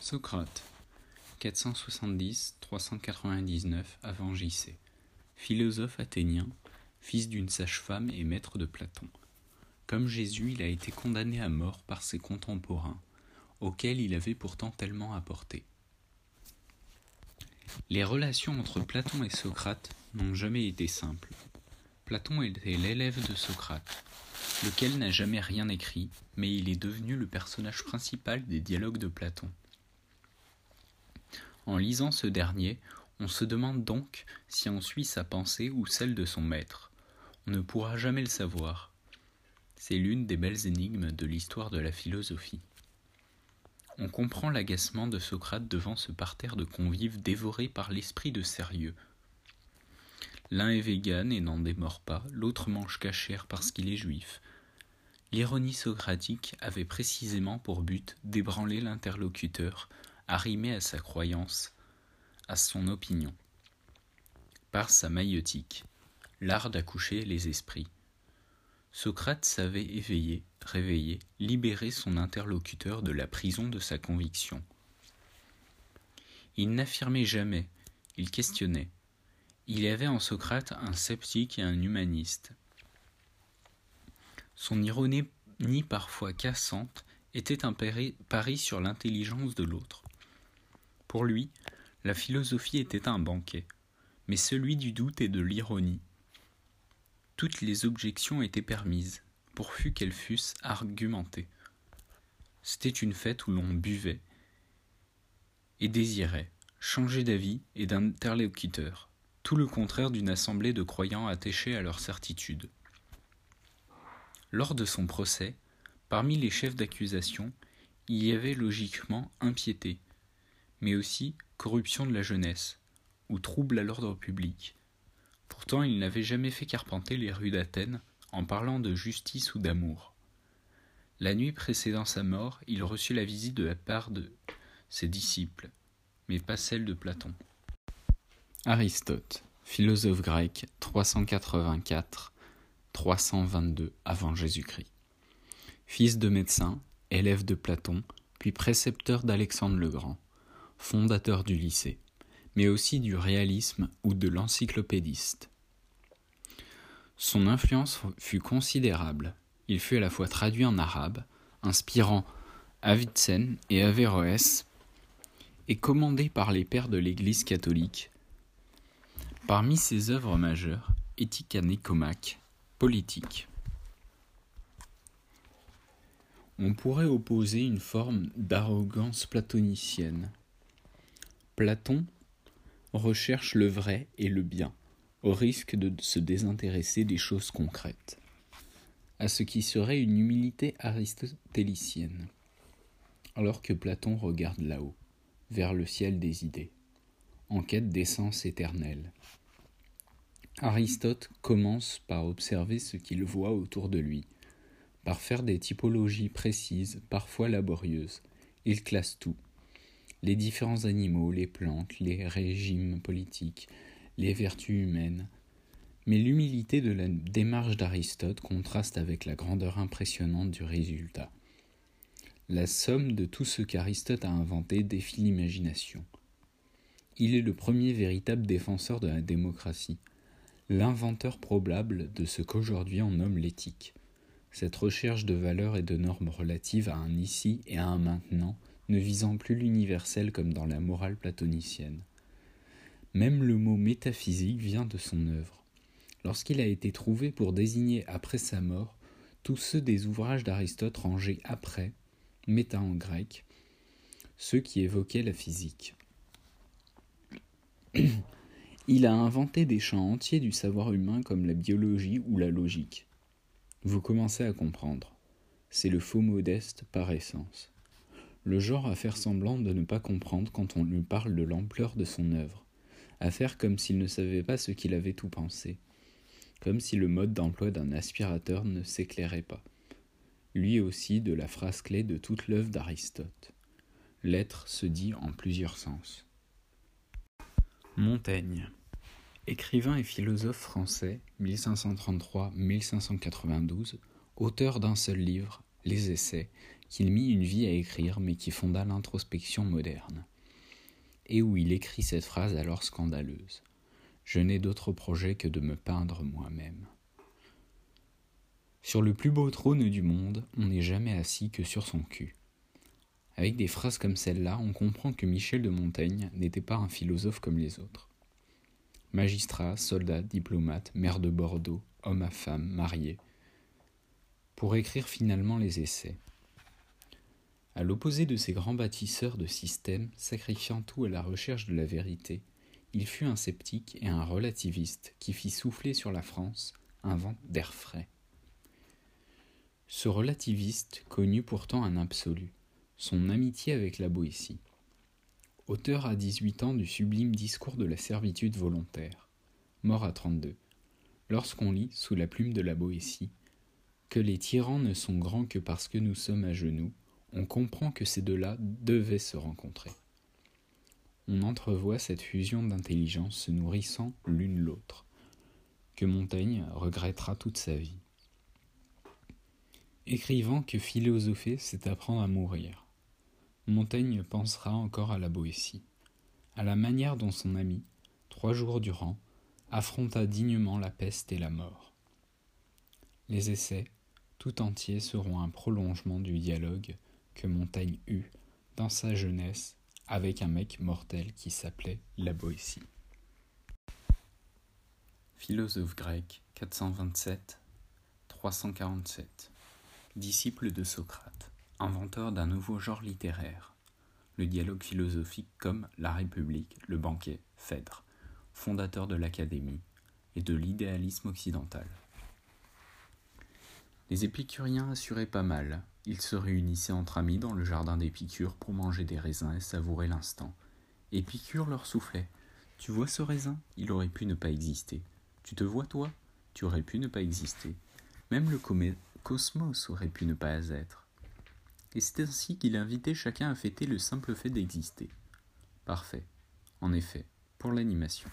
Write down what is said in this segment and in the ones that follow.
Socrate, 470-399 avant J.C., philosophe athénien, fils d'une sage-femme et maître de Platon. Comme Jésus, il a été condamné à mort par ses contemporains, auxquels il avait pourtant tellement apporté. Les relations entre Platon et Socrate n'ont jamais été simples. Platon était l'élève de Socrate, lequel n'a jamais rien écrit, mais il est devenu le personnage principal des dialogues de Platon. En lisant ce dernier, on se demande donc si on suit sa pensée ou celle de son maître. On ne pourra jamais le savoir. C'est l'une des belles énigmes de l'histoire de la philosophie. On comprend l'agacement de Socrate devant ce parterre de convives dévorés par l'esprit de sérieux. L'un est vegan et n'en démord pas, l'autre mange cachère parce qu'il est juif. L'ironie socratique avait précisément pour but d'ébranler l'interlocuteur, arrimé à sa croyance, à son opinion. Par sa maïeutique, l'art d'accoucher les esprits. Socrate savait éveiller, réveiller, libérer son interlocuteur de la prison de sa conviction. Il n'affirmait jamais, il questionnait. Il y avait en Socrate un sceptique et un humaniste. Son ironie parfois cassante était un pari sur l'intelligence de l'autre. Pour lui, la philosophie était un banquet, mais celui du doute et de l'ironie. Toutes les objections étaient permises, pourvu qu'elles fussent argumentées. C'était une fête où l'on buvait et désirait changer d'avis et d'interlocuteur, tout le contraire d'une assemblée de croyants attachés à leur certitude. Lors de son procès, parmi les chefs d'accusation, il y avait logiquement impiété, mais aussi corruption de la jeunesse, ou trouble à l'ordre public. Pourtant, il n'avait jamais fait qu'arpenter les rues d'Athènes en parlant de justice ou d'amour. La nuit précédant sa mort, il reçut la visite de la part de ses disciples, mais pas celle de Platon. Aristote, philosophe grec, 384-322 avant Jésus-Christ. Fils de médecin, élève de Platon, puis précepteur d'Alexandre le Grand, fondateur du lycée, mais aussi du réalisme ou de l'encyclopédiste. Son influence fut considérable. Il fut à la fois traduit en arabe, inspirant Avicenne et Averroès, et commandé par les pères de l'Église catholique. Parmi ses œuvres majeures, Éthique à Nicomaque, Politique. On pourrait opposer une forme d'arrogance platonicienne. Platon recherche le vrai et le bien, au risque de se désintéresser des choses concrètes, à ce qui serait une humilité aristotélicienne, alors que Platon regarde là-haut, vers le ciel des idées, en quête d'essence éternelle. Aristote commence par observer ce qu'il voit autour de lui, par faire des typologies précises, parfois laborieuses. Il classe tout. Les différents animaux, les plantes, les régimes politiques, les vertus humaines. Mais l'humilité de la démarche d'Aristote contraste avec la grandeur impressionnante du résultat. La somme de tout ce qu'Aristote a inventé défie l'imagination. Il est le premier véritable défenseur de la démocratie, l'inventeur probable de ce qu'aujourd'hui on nomme l'éthique. Cette recherche de valeurs et de normes relatives à un ici et à un maintenant, ne visant plus l'universel comme dans la morale platonicienne. Même le mot métaphysique vient de son œuvre. Lorsqu'il a été trouvé pour désigner après sa mort tous ceux des ouvrages d'Aristote rangés après, méta en grec, ceux qui évoquaient la physique. Il a inventé des champs entiers du savoir humain comme la biologie ou la logique. Vous commencez à comprendre. C'est le faux modeste par essence. Le genre à faire semblant de ne pas comprendre quand on lui parle de l'ampleur de son œuvre, à faire comme s'il ne savait pas ce qu'il avait tout pensé, comme si le mode d'emploi d'un aspirateur ne s'éclairait pas. Lui aussi de la phrase clé de toute l'œuvre d'Aristote. L'être se dit en plusieurs sens. Montaigne, écrivain et philosophe français, 1533-1592, auteur d'un seul livre, Les Essais, qu'il mit une vie à écrire mais qui fonda l'introspection moderne, et où il écrit cette phrase alors scandaleuse. « Je n'ai d'autre projet que de me peindre moi-même. » Sur le plus beau trône du monde, on n'est jamais assis que sur son cul. Avec des phrases comme celle-là, on comprend que Michel de Montaigne n'était pas un philosophe comme les autres. Magistrat, soldat, diplomate, maire de Bordeaux, homme à femme, marié, pour écrire finalement les essais. À l'opposé de ces grands bâtisseurs de systèmes, sacrifiant tout à la recherche de la vérité, il fut un sceptique et un relativiste qui fit souffler sur la France un vent d'air frais. Ce relativiste connut pourtant un absolu, son amitié avec la Boétie. Auteur à 18 ans du sublime discours de la servitude volontaire, mort à 32, lorsqu'on lit, sous la plume de la Boétie, que les tyrans ne sont grands que parce que nous sommes à genoux, on comprend que ces deux-là devaient se rencontrer. On entrevoit cette fusion d'intelligence se nourrissant l'une l'autre, que Montaigne regrettera toute sa vie. Écrivant que philosopher, c'est apprendre à mourir, Montaigne pensera encore à la Boétie, à la manière dont son ami, 3 jours durant, affronta dignement la peste et la mort. Les essais, tout entiers, seront un prolongement du dialogue que Montaigne eut, dans sa jeunesse, avec un mec mortel qui s'appelait la Boétie. Philosophe grec, 427-347. Disciple de Socrate, inventeur d'un nouveau genre littéraire, le dialogue philosophique comme la République, le banquet, Phèdre, fondateur de l'Académie et de l'idéalisme occidental. Les épicuriens assuraient pas mal. Ils se réunissaient entre amis dans le jardin d'Épicure pour manger des raisins et savourer l'instant. Épicure leur soufflait. « Tu vois ce raisin ? Il aurait pu ne pas exister. Tu te vois toi ? Tu aurais pu ne pas exister. Même le cosmos aurait pu ne pas être. » Et c'est ainsi qu'il invitait chacun à fêter le simple fait d'exister. Parfait, en effet, pour l'animation.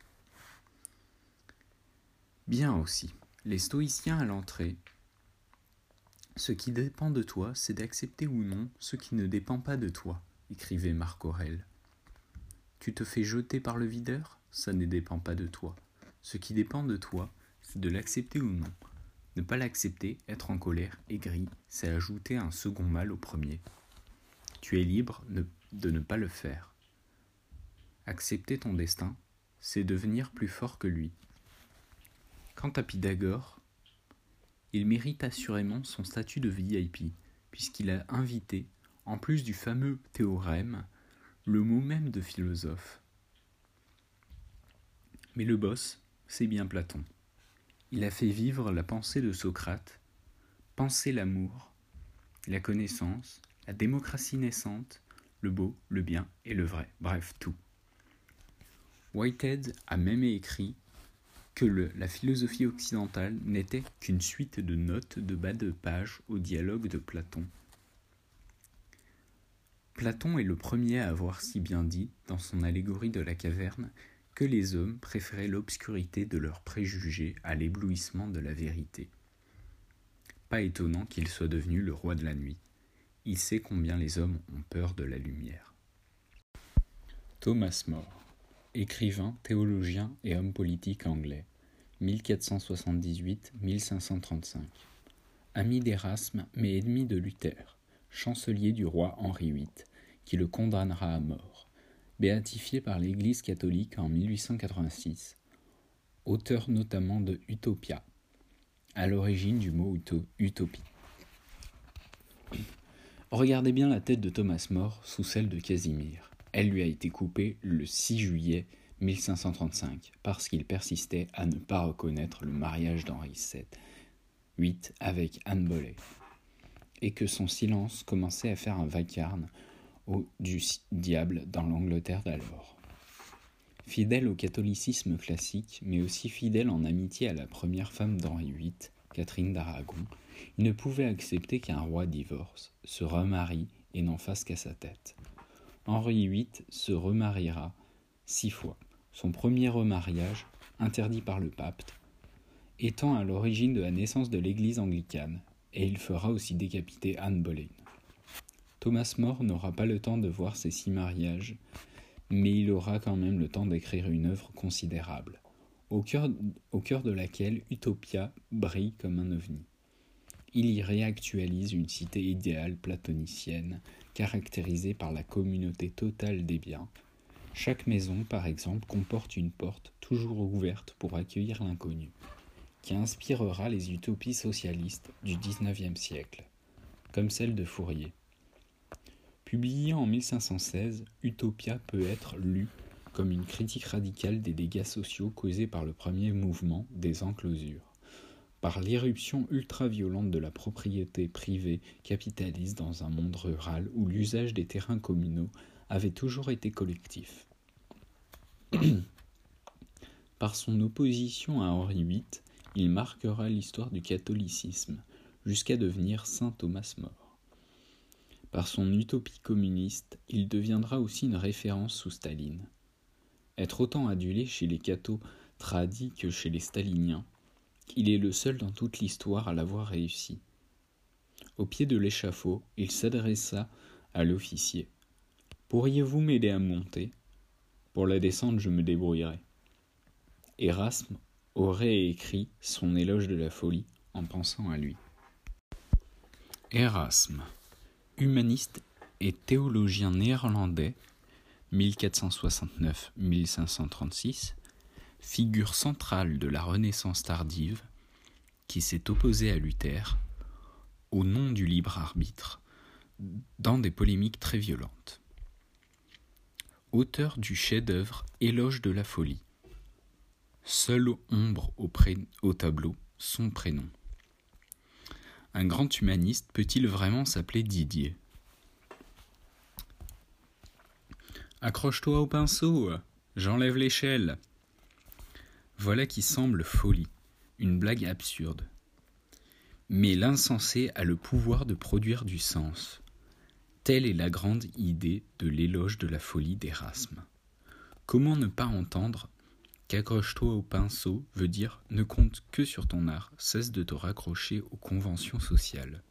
Bien aussi, les stoïciens à l'entrée. Ce qui dépend de toi, c'est d'accepter ou non ce qui ne dépend pas de toi, écrivait Marc Aurèle. Tu te fais jeter par le videur, ça ne dépend pas de toi. Ce qui dépend de toi, c'est de l'accepter ou non. Ne pas l'accepter, être en colère, aigri, c'est ajouter un second mal au premier. Tu es libre de ne pas le faire. Accepter ton destin, c'est devenir plus fort que lui. Quant à Pythagore, il mérite assurément son statut de VIP, puisqu'il a invité, en plus du fameux théorème, le mot même de philosophe. Mais le boss, c'est bien Platon. Il a fait vivre la pensée de Socrate, penser l'amour, la connaissance, la démocratie naissante, le beau, le bien et le vrai, bref, tout. Whitehead a même écrit que la philosophie occidentale n'était qu'une suite de notes de bas de page au dialogue de Platon. Platon est le premier à avoir si bien dit, dans son allégorie de la caverne, que les hommes préféraient l'obscurité de leurs préjugés à l'éblouissement de la vérité. Pas étonnant qu'il soit devenu le roi de la nuit. Il sait combien les hommes ont peur de la lumière. Thomas More, écrivain, théologien et homme politique anglais, 1478-1535. Ami d'Erasme, mais ennemi de Luther, chancelier du roi Henri VIII, qui le condamnera à mort, béatifié par l'Église catholique en 1886, auteur notamment de Utopia, à l'origine du mot utopie. Regardez bien la tête de Thomas More sous celle de Casimir. Elle lui a été coupée le 6 juillet 1535 parce qu'il persistait à ne pas reconnaître le mariage d'Henri VIII avec Anne Boleyn, et que son silence commençait à faire un vacarme du diable dans l'Angleterre d'alors. Fidèle au catholicisme classique, mais aussi fidèle en amitié à la première femme d'Henri VIII, Catherine d'Aragon, il ne pouvait accepter qu'un roi divorce, se remarie et n'en fasse qu'à sa tête. Henri VIII se remariera 6 fois, son premier remariage, interdit par le pape, étant à l'origine de la naissance de l'église anglicane, et il fera aussi décapiter Anne Boleyn. Thomas More n'aura pas le temps de voir ces 6 mariages, mais il aura quand même le temps d'écrire une œuvre considérable, au cœur de laquelle Utopia brille comme un ovni. Il y réactualise une cité idéale platonicienne, caractérisée par la communauté totale des biens. Chaque maison, par exemple, comporte une porte toujours ouverte pour accueillir l'inconnu, qui inspirera les utopies socialistes du XIXe siècle, comme celle de Fourier. Publié en 1516, Utopia peut être lu comme une critique radicale des dégâts sociaux causés par le premier mouvement des enclosures, par l'irruption ultra-violente de la propriété privée capitaliste dans un monde rural où l'usage des terrains communaux avait toujours été collectif. Par son opposition à Henri VIII, il marquera l'histoire du catholicisme, jusqu'à devenir saint Thomas More. Par son utopie communiste, il deviendra aussi une référence sous Staline. Être autant adulé chez les cathos tradis que chez les staliniens, il est le seul dans toute l'histoire à l'avoir réussi. Au pied de l'échafaud, il s'adressa à l'officier. « Pourriez-vous m'aider à monter ? Pour la descente, je me débrouillerai. » Erasme aurait écrit son éloge de la folie en pensant à lui. Erasme, humaniste et théologien néerlandais, 1469-1536, figure centrale de la Renaissance tardive, qui s'est opposée à Luther, au nom du libre arbitre, dans des polémiques très violentes. Auteur du chef-d'œuvre Éloge de la folie. Seule ombre au tableau, son prénom. Un grand humaniste peut-il vraiment s'appeler Didier ? Accroche-toi au pinceau, j'enlève l'échelle. Voilà qui semble folie, une blague absurde. Mais l'insensé a le pouvoir de produire du sens. Telle est la grande idée de l'éloge de la folie d'Erasme. Comment ne pas entendre qu'accroche-toi au pinceau veut dire ne compte que sur ton art, cesse de te raccrocher aux conventions sociales.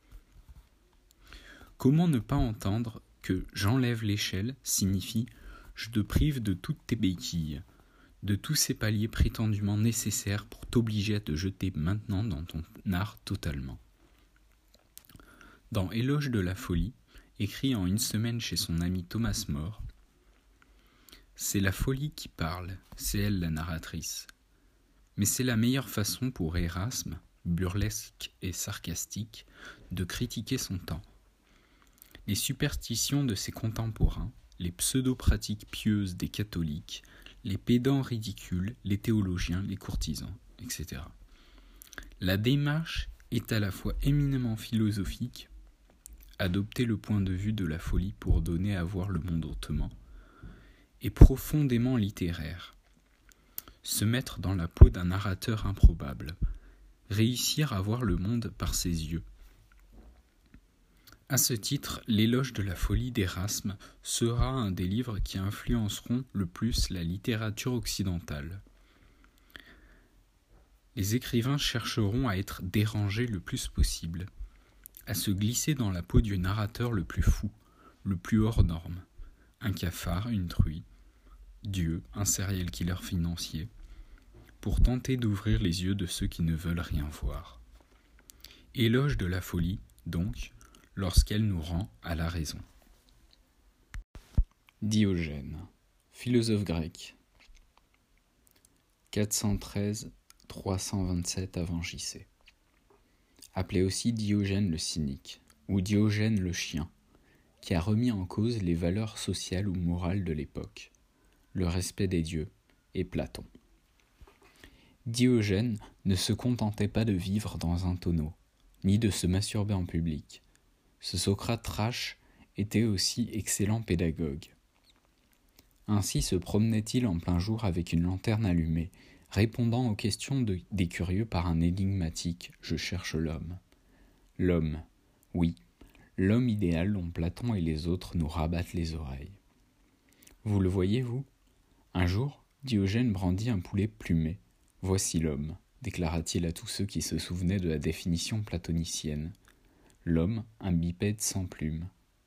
Comment ne pas entendre que j'enlève l'échelle signifie je te prive de toutes tes béquilles, de tous ces paliers prétendument nécessaires pour t'obliger à te jeter maintenant dans ton art totalement. Dans Éloge de la folie, écrit en 1 semaine chez son ami Thomas More, c'est la folie qui parle, c'est elle la narratrice. Mais c'est la meilleure façon pour Erasme, burlesque et sarcastique, de critiquer son temps. Les superstitions de ses contemporains, les pseudo-pratiques pieuses des catholiques, les pédants ridicules, les théologiens, les courtisans, etc. La démarche est à la fois éminemment philosophique, adopter le point de vue de la folie pour donner à voir le monde autrement, et profondément littéraire. Se mettre dans la peau d'un narrateur improbable, réussir à voir le monde par ses yeux. À ce titre, L'éloge de la folie d'Erasme sera un des livres qui influenceront le plus la littérature occidentale. Les écrivains chercheront à être dérangés le plus possible, à se glisser dans la peau du narrateur le plus fou, le plus hors norme. Un cafard, une truie, Dieu, un serial killer financier, pour tenter d'ouvrir les yeux de ceux qui ne veulent rien voir. Éloge de la folie, donc, lorsqu'elle nous rend à la raison. Diogène, philosophe grec, 413-327 avant JC. Appelé aussi Diogène le cynique, ou Diogène le chien, qui a remis en cause les valeurs sociales ou morales de l'époque, le respect des dieux et Platon. Diogène ne se contentait pas de vivre dans un tonneau, ni de se masturber en public. Ce Socrate trash était aussi excellent pédagogue. Ainsi se promenait-il en plein jour avec une lanterne allumée, répondant aux questions des curieux par un énigmatique « Je cherche l'homme ». L'homme, oui, l'homme idéal dont Platon et les autres nous rabattent les oreilles. Vous le voyez, vous ? Un jour, Diogène brandit un poulet plumé. « Voici l'homme », déclara-t-il à tous ceux qui se souvenaient de la définition platonicienne. L'homme, un bipède sans plumes.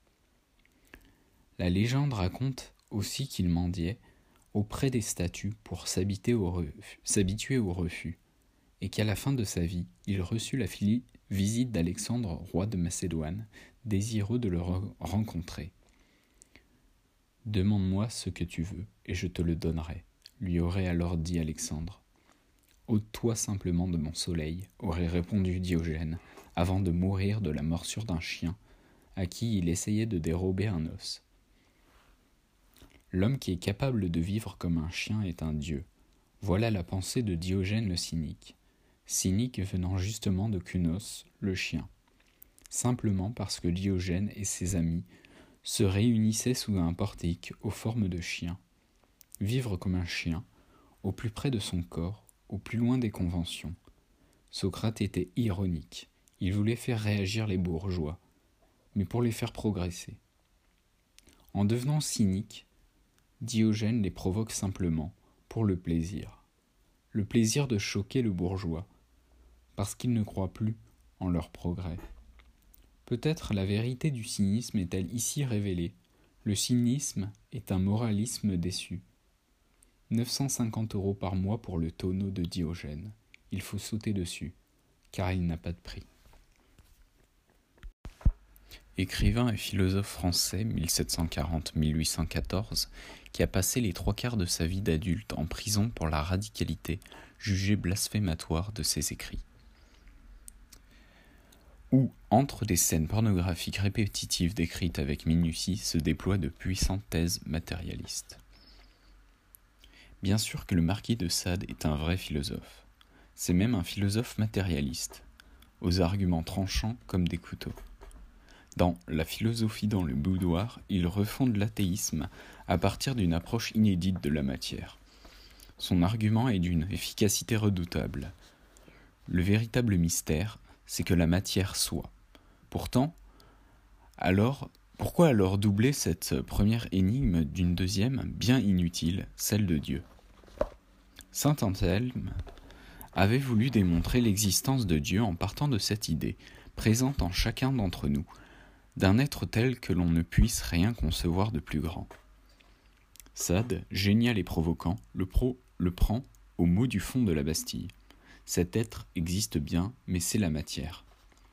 La légende raconte aussi qu'il mendiait auprès des statues pour s'habituer au refus, et qu'à la fin de sa vie, il reçut la visite d'Alexandre, roi de Macédoine, désireux de le rencontrer. « Demande-moi ce que tu veux, et je te le donnerai, » lui aurait alors dit Alexandre. « Ôte-toi simplement de mon soleil, » aurait répondu Diogène, avant de mourir de la morsure d'un chien, à qui il essayait de dérober un os. L'homme qui est capable de vivre comme un chien est un dieu. Voilà la pensée de Diogène le cynique. Cynique venant justement de Cunos, le chien. Simplement parce que Diogène et ses amis se réunissaient sous un portique aux formes de chiens. Vivre comme un chien, au plus près de son corps, au plus loin des conventions. Socrate était ironique. Il voulait faire réagir les bourgeois, mais pour les faire progresser. En devenant cynique, Diogène les provoque simplement pour le plaisir de choquer le bourgeois, parce qu'il ne croit plus en leur progrès. Peut-être la vérité du cynisme est-elle ici révélée. Le cynisme est un moralisme déçu. 950 € par mois pour le tonneau de Diogène. Il faut sauter dessus, car il n'a pas de prix. Écrivain et philosophe français 1740-1814, qui a passé les 3/4 de sa vie d'adulte en prison pour la radicalité jugée blasphématoire de ses écrits. Où, entre des scènes pornographiques répétitives décrites avec minutie, se déploient de puissantes thèses matérialistes. Bien sûr que le marquis de Sade est un vrai philosophe. C'est même un philosophe matérialiste, aux arguments tranchants comme des couteaux. Dans La philosophie dans le boudoir, il refonde l'athéisme à partir d'une approche inédite de la matière. Son argument est d'une efficacité redoutable. Le véritable mystère, c'est que la matière soit. Pourtant, pourquoi alors doubler cette première énigme d'une deuxième, bien inutile, celle de Dieu ? Saint Anselme avait voulu démontrer l'existence de Dieu en partant de cette idée, présente en chacun d'entre nous, d'un être tel que l'on ne puisse rien concevoir de plus grand. Sade, génial et provoquant, le prend au mot du fond de la Bastille. Cet être existe bien, mais c'est la matière.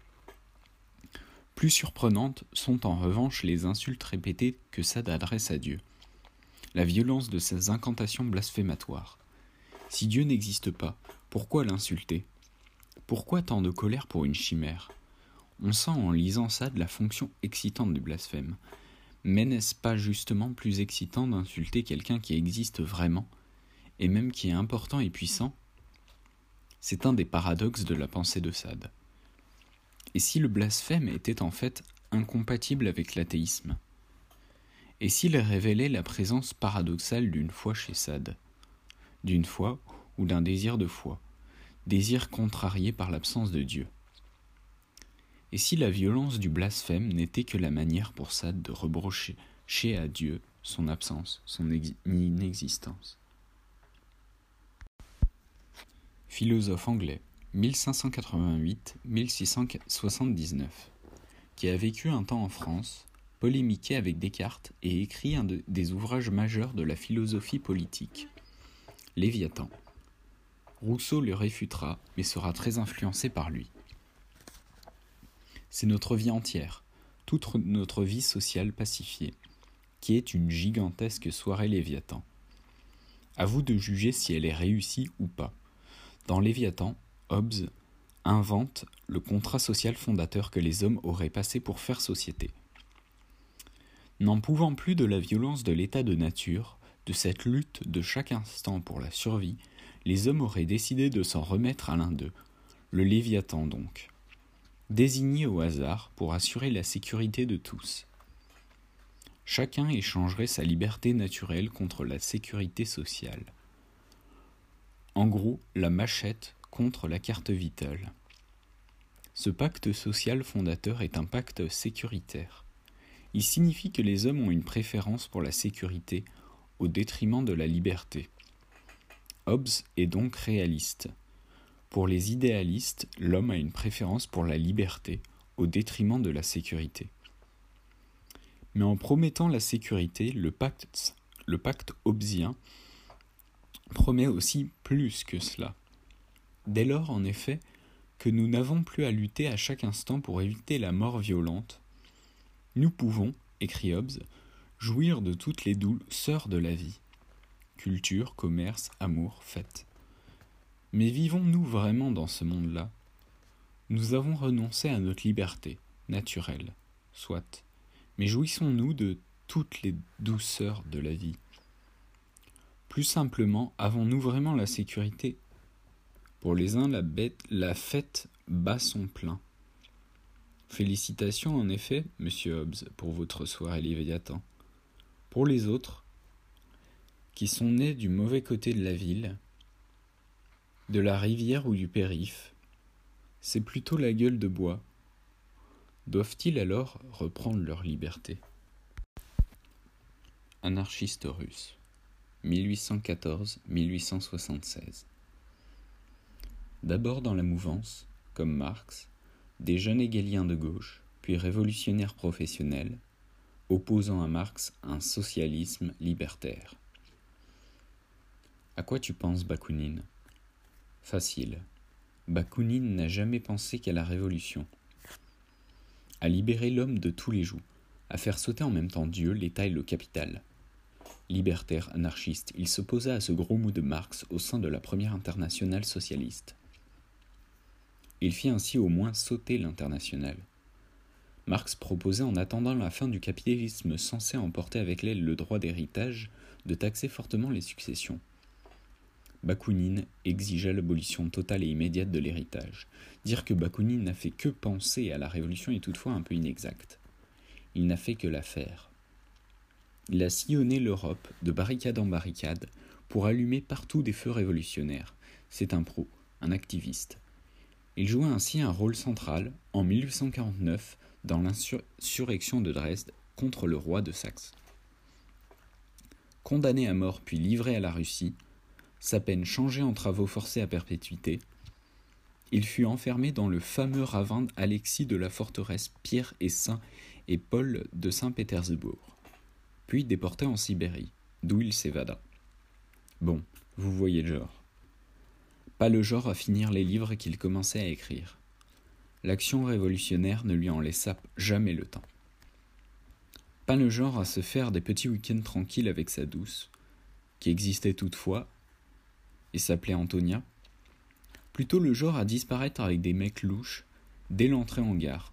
Plus surprenantes sont en revanche les insultes répétées que Sade adresse à Dieu. La violence de ces incantations blasphématoires. Si Dieu n'existe pas, pourquoi l'insulter ? Pourquoi tant de colère pour une chimère ? On sent en lisant Sade la fonction excitante du blasphème. Mais n'est-ce pas justement plus excitant d'insulter quelqu'un qui existe vraiment, et même qui est important et puissant ? C'est un des paradoxes de la pensée de Sade. Et si le blasphème était en fait incompatible avec l'athéisme ? Et s'il révélait la présence paradoxale d'une foi chez Sade ? D'une foi ou d'un désir de foi, désir contrarié par l'absence de Dieu ? Et si la violence du blasphème n'était que la manière pour Sade de reprocher à Dieu son absence, son inexistence ? Philosophe anglais, 1588-1679, qui a vécu un temps en France, polémiqué avec Descartes et écrit un des ouvrages majeurs de la philosophie politique, Léviathan. Rousseau le réfutera, mais sera très influencé par lui. C'est notre vie entière, toute notre vie sociale pacifiée, qui est une gigantesque soirée Léviathan. À vous de juger si elle est réussie ou pas. Dans Léviathan, Hobbes invente le contrat social fondateur que les hommes auraient passé pour faire société. N'en pouvant plus de la violence de l'état de nature, de cette lutte de chaque instant pour la survie, les hommes auraient décidé de s'en remettre à l'un d'eux, le Léviathan donc, désigné au hasard pour assurer la sécurité de tous. Chacun échangerait sa liberté naturelle contre la sécurité sociale. En gros, la machette contre la carte vitale. Ce pacte social fondateur est un pacte sécuritaire. Il signifie que les hommes ont une préférence pour la sécurité au détriment de la liberté. Hobbes est donc réaliste. Pour les idéalistes, l'homme a une préférence pour la liberté au détriment de la sécurité. Mais en promettant la sécurité, le pacte hobbésien promet aussi plus que cela. Dès lors, en effet, que nous n'avons plus à lutter à chaque instant pour éviter la mort violente, nous pouvons, écrit Hobbes, jouir de toutes les douceurs de la vie, culture, commerce, amour, fête. Mais vivons-nous vraiment dans ce monde-là ? Nous avons renoncé à notre liberté, naturelle, soit, mais jouissons-nous de toutes les douceurs de la vie ? Plus simplement, avons-nous vraiment la sécurité ? Pour les uns, la fête bat son plein. Félicitations en effet, monsieur Hobbes, pour votre soirée Léviathan. Pour les autres, qui sont nés du mauvais côté de la ville, de la rivière ou du périph', c'est plutôt la gueule de bois. Doivent-ils alors reprendre leur liberté ? Anarchiste russe, 1814-1876. D'abord dans la mouvance, comme Marx, des jeunes hegéliens de gauche, puis révolutionnaires professionnels, opposant à Marx un socialisme libertaire. À quoi tu penses, Bakounine ? Facile. Bakounine n'a jamais pensé qu'à la révolution. À libérer l'homme de tous les jougs, à faire sauter en même temps Dieu, l'État et le capital. Libertaire, anarchiste, il s'opposa à ce gros mot de Marx au sein de la première internationale socialiste. Il fit ainsi au moins sauter l'internationale. Marx proposait, en attendant la fin du capitalisme censé emporter avec l'aile le droit d'héritage, de taxer fortement les successions. Bakounine exigea l'abolition totale et immédiate de l'héritage. Dire que Bakounine n'a fait que penser à la révolution est toutefois un peu inexact. Il n'a fait que la faire. Il a sillonné l'Europe de barricade en barricade pour allumer partout des feux révolutionnaires. C'est un pro, un activiste. Il joua ainsi un rôle central, en 1849, dans l'insurrection de Dresde contre le roi de Saxe. Condamné à mort puis livré à la Russie, sa peine changée en travaux forcés à perpétuité, il fut enfermé dans le fameux ravin Alexis de la forteresse Pierre et Saint et Paul de Saint-Pétersbourg, puis déporté en Sibérie, d'où il s'évada. Bon, vous voyez le genre. Pas le genre à finir les livres qu'il commençait à écrire. L'action révolutionnaire ne lui en laissa jamais le temps. Pas le genre à se faire des petits week-ends tranquilles avec sa douce, qui existait toutefois, et s'appelait Antonia. Plutôt le genre à disparaître avec des mecs louches dès l'entrée en gare.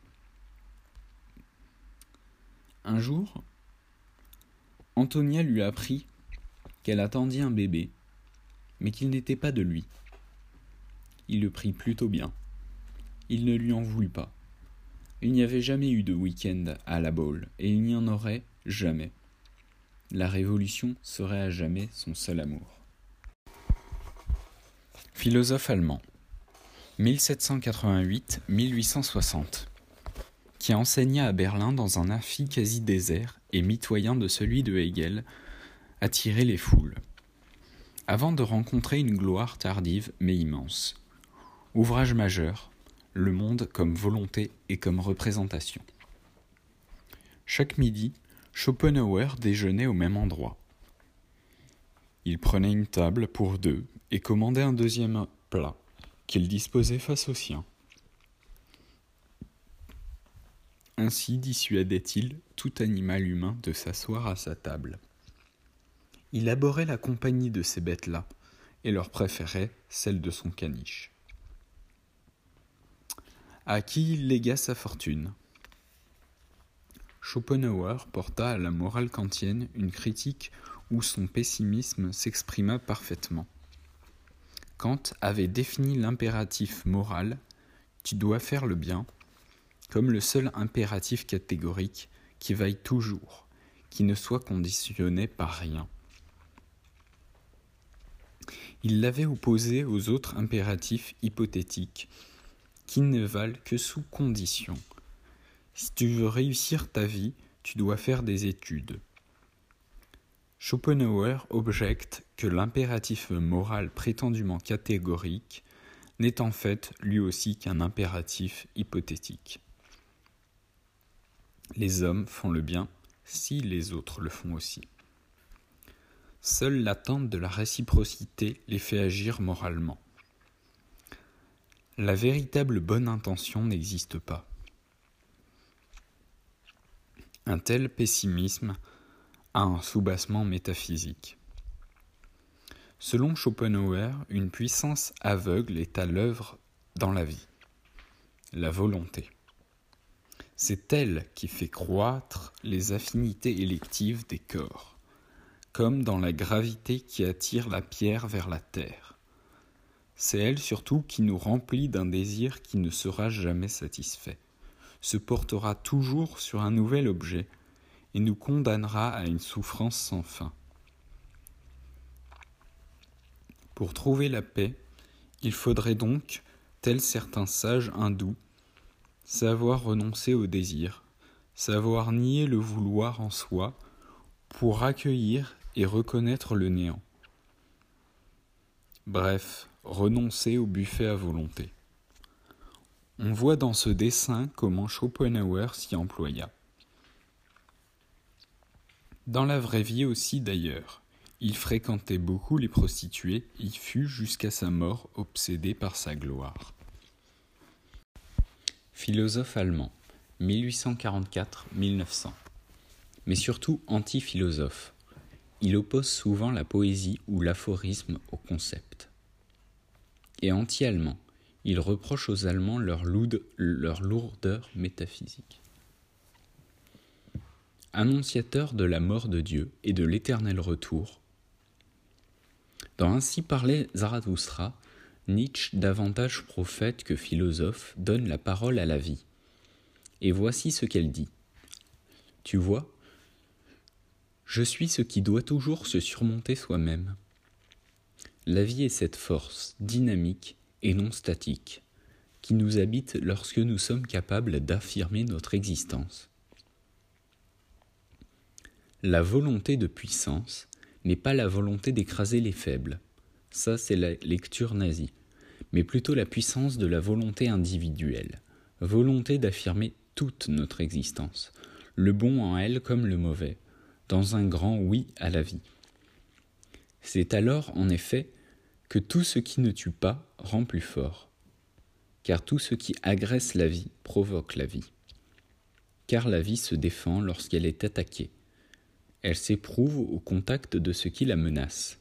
Un jour, Antonia lui apprit qu'elle attendit un bébé, mais qu'il n'était pas de lui. Il le prit plutôt bien. Il ne lui en voulut pas. Il n'y avait jamais eu de week-end à la Baule, et il n'y en aurait jamais. La révolution serait à jamais son seul amour. Philosophe allemand, 1788-1860, qui enseigna à Berlin dans un amphi quasi désert et mitoyen de celui de Hegel, attirait les foules, avant de rencontrer une gloire tardive mais immense. Ouvrage majeur, le monde comme volonté et comme représentation. Chaque midi, Schopenhauer déjeunait au même endroit. Il prenait une table pour deux et commandait un deuxième plat qu'il disposait face au sien. Ainsi dissuadait-il tout animal humain de s'asseoir à sa table. Il abhorrait la compagnie de ces bêtes-là et leur préférait celle de son caniche. À qui il légua sa fortune. Schopenhauer porta à la morale kantienne une critique où son pessimisme s'exprima parfaitement. Kant avait défini l'impératif moral « tu dois faire le bien » comme le seul impératif catégorique qui vaille toujours, qui ne soit conditionné par rien. Il l'avait opposé aux autres impératifs hypothétiques qui ne valent que sous condition. Si tu veux réussir ta vie, tu dois faire des études. Schopenhauer objecte que l'impératif moral prétendument catégorique n'est en fait lui aussi qu'un impératif hypothétique. Les hommes font le bien si les autres le font aussi. Seule l'attente de la réciprocité les fait agir moralement. La véritable bonne intention n'existe pas. Un tel pessimisme a un soubassement métaphysique. Selon Schopenhauer, une puissance aveugle est à l'œuvre dans la vie, la volonté. C'est elle qui fait croître les affinités électives des corps, comme dans la gravité qui attire la pierre vers la terre. C'est elle surtout qui nous remplit d'un désir qui ne sera jamais satisfait, se portera toujours sur un nouvel objet et nous condamnera à une souffrance sans fin. Pour trouver la paix, il faudrait donc, tels certains sages hindous, savoir renoncer au désir, savoir nier le vouloir en soi pour accueillir et reconnaître le néant. Bref, renoncer au buffet à volonté. On voit dans ce dessin comment Schopenhauer s'y employa. Dans la vraie vie aussi d'ailleurs, il fréquentait beaucoup les prostituées et fut jusqu'à sa mort obsédé par sa gloire. Philosophe allemand, 1844-1900. Mais surtout anti-philosophe. Il oppose souvent la poésie ou l'aphorisme au concept. Et anti-allemand, il reproche aux Allemands leur lourdeur métaphysique. Annonciateur de la mort de Dieu et de l'éternel retour, dans Ainsi parlait Zarathustra, Nietzsche, davantage prophète que philosophe, donne la parole à la vie. Et voici ce qu'elle dit. Tu vois, je suis ce qui doit toujours se surmonter soi-même. La vie est cette force dynamique et non statique qui nous habite lorsque nous sommes capables d'affirmer notre existence. La volonté de puissance n'est pas la volonté d'écraser les faibles, ça c'est la lecture nazie, mais plutôt la puissance de la volonté individuelle, volonté d'affirmer toute notre existence, le bon en elle comme le mauvais, dans un grand oui à la vie. C'est alors, en effet, que tout ce qui ne tue pas rend plus fort, car tout ce qui agresse la vie provoque la vie, car la vie se défend lorsqu'elle est attaquée. Elle s'éprouve au contact de ce qui la menace.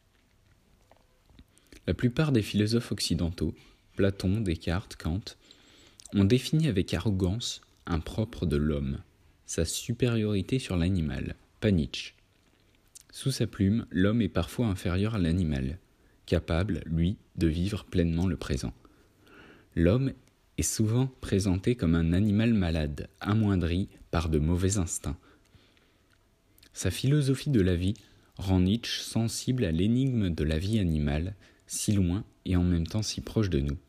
La plupart des philosophes occidentaux, Platon, Descartes, Kant, ont défini avec arrogance un propre de l'homme, sa supériorité sur l'animal, pas Nietzsche. Sous sa plume, l'homme est parfois inférieur à l'animal, capable, lui, de vivre pleinement le présent. L'homme est souvent présenté comme un animal malade, amoindri par de mauvais instincts. Sa philosophie de la vie rend Nietzsche sensible à l'énigme de la vie animale, si loin et en même temps si proche de nous.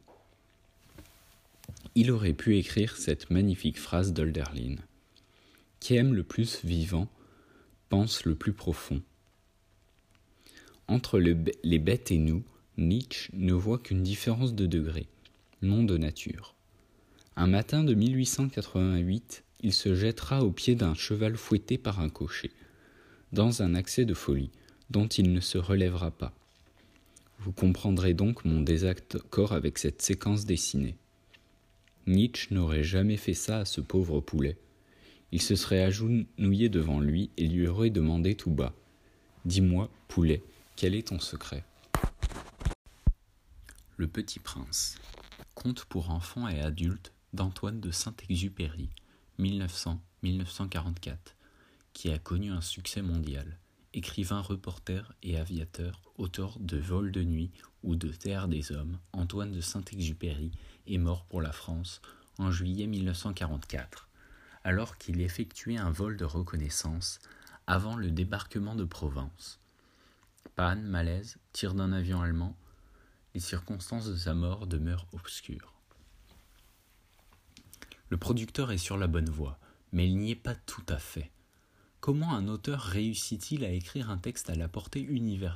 Il aurait pu écrire cette magnifique phrase d'Hölderlin. Qui aime le plus vivant, pense le plus profond. Entre les bêtes et nous, Nietzsche ne voit qu'une différence de degré, non de nature. Un matin de 1888, il se jettera au pied d'un cheval fouetté par un cocher, dans un accès de folie, dont il ne se relèvera pas. Vous comprendrez donc mon désaccord avec cette séquence dessinée. Nietzsche n'aurait jamais fait ça à ce pauvre poulet. Il se serait agenouillé devant lui et lui aurait demandé tout bas. « Dis-moi, poulet, quel est ton secret ?» Le Petit Prince. Conte pour enfants et adultes d'Antoine de Saint-Exupéry, 1900-1944, qui a connu un succès mondial. Écrivain, reporter et aviateur, auteur de Vol de nuit ou de Terre des hommes, Antoine de Saint-Exupéry est mort pour la France en juillet 1944, alors qu'il effectuait un vol de reconnaissance avant le débarquement de Provence. Panne, malaise, tir d'un avion allemand, les circonstances de sa mort demeurent obscures. Le producteur est sur la bonne voie, mais il n'y est pas tout à fait. Comment un auteur réussit-il à écrire un texte à la portée universelle ?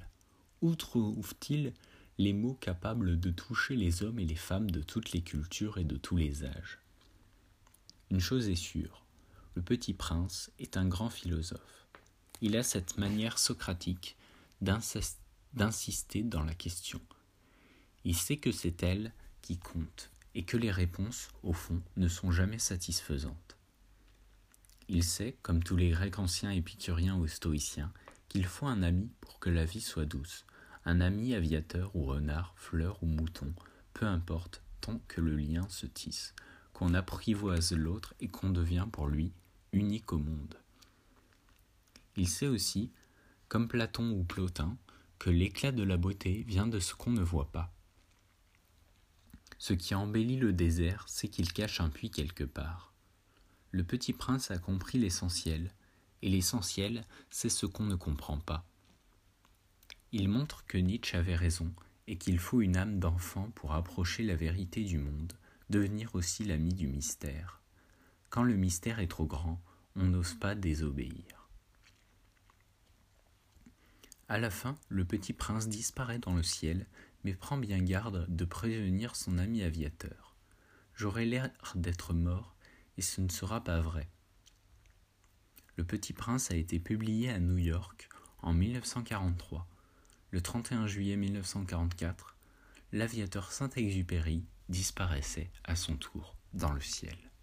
Où trouve-t-il les mots capables de toucher les hommes et les femmes de toutes les cultures et de tous les âges ? Une chose est sûre, Le Petit Prince est un grand philosophe. Il a cette manière socratique d'insister dans la question. Il sait que c'est elle qui compte et que les réponses, au fond, ne sont jamais satisfaisantes. Il sait, comme tous les Grecs anciens épicuriens ou stoïciens, qu'il faut un ami pour que la vie soit douce, un ami aviateur ou renard, fleur ou mouton, peu importe, tant que le lien se tisse, qu'on apprivoise l'autre et qu'on devient pour lui unique au monde. Il sait aussi, comme Platon ou Plotin, que l'éclat de la beauté vient de ce qu'on ne voit pas. Ce qui embellit le désert, c'est qu'il cache un puits quelque part. Le Petit Prince a compris l'essentiel, et l'essentiel, c'est ce qu'on ne comprend pas. Il montre que Nietzsche avait raison, et qu'il faut une âme d'enfant pour approcher la vérité du monde, devenir aussi l'ami du mystère. Quand le mystère est trop grand, on n'ose pas désobéir. À la fin, le Petit Prince disparaît dans le ciel, mais prend bien garde de prévenir son ami aviateur. J'aurai l'air d'être mort, et ce ne sera pas vrai. Le Petit Prince a été publié à New York en 1943. Le 31 juillet 1944, l'aviateur Saint-Exupéry disparaissait à son tour dans le ciel.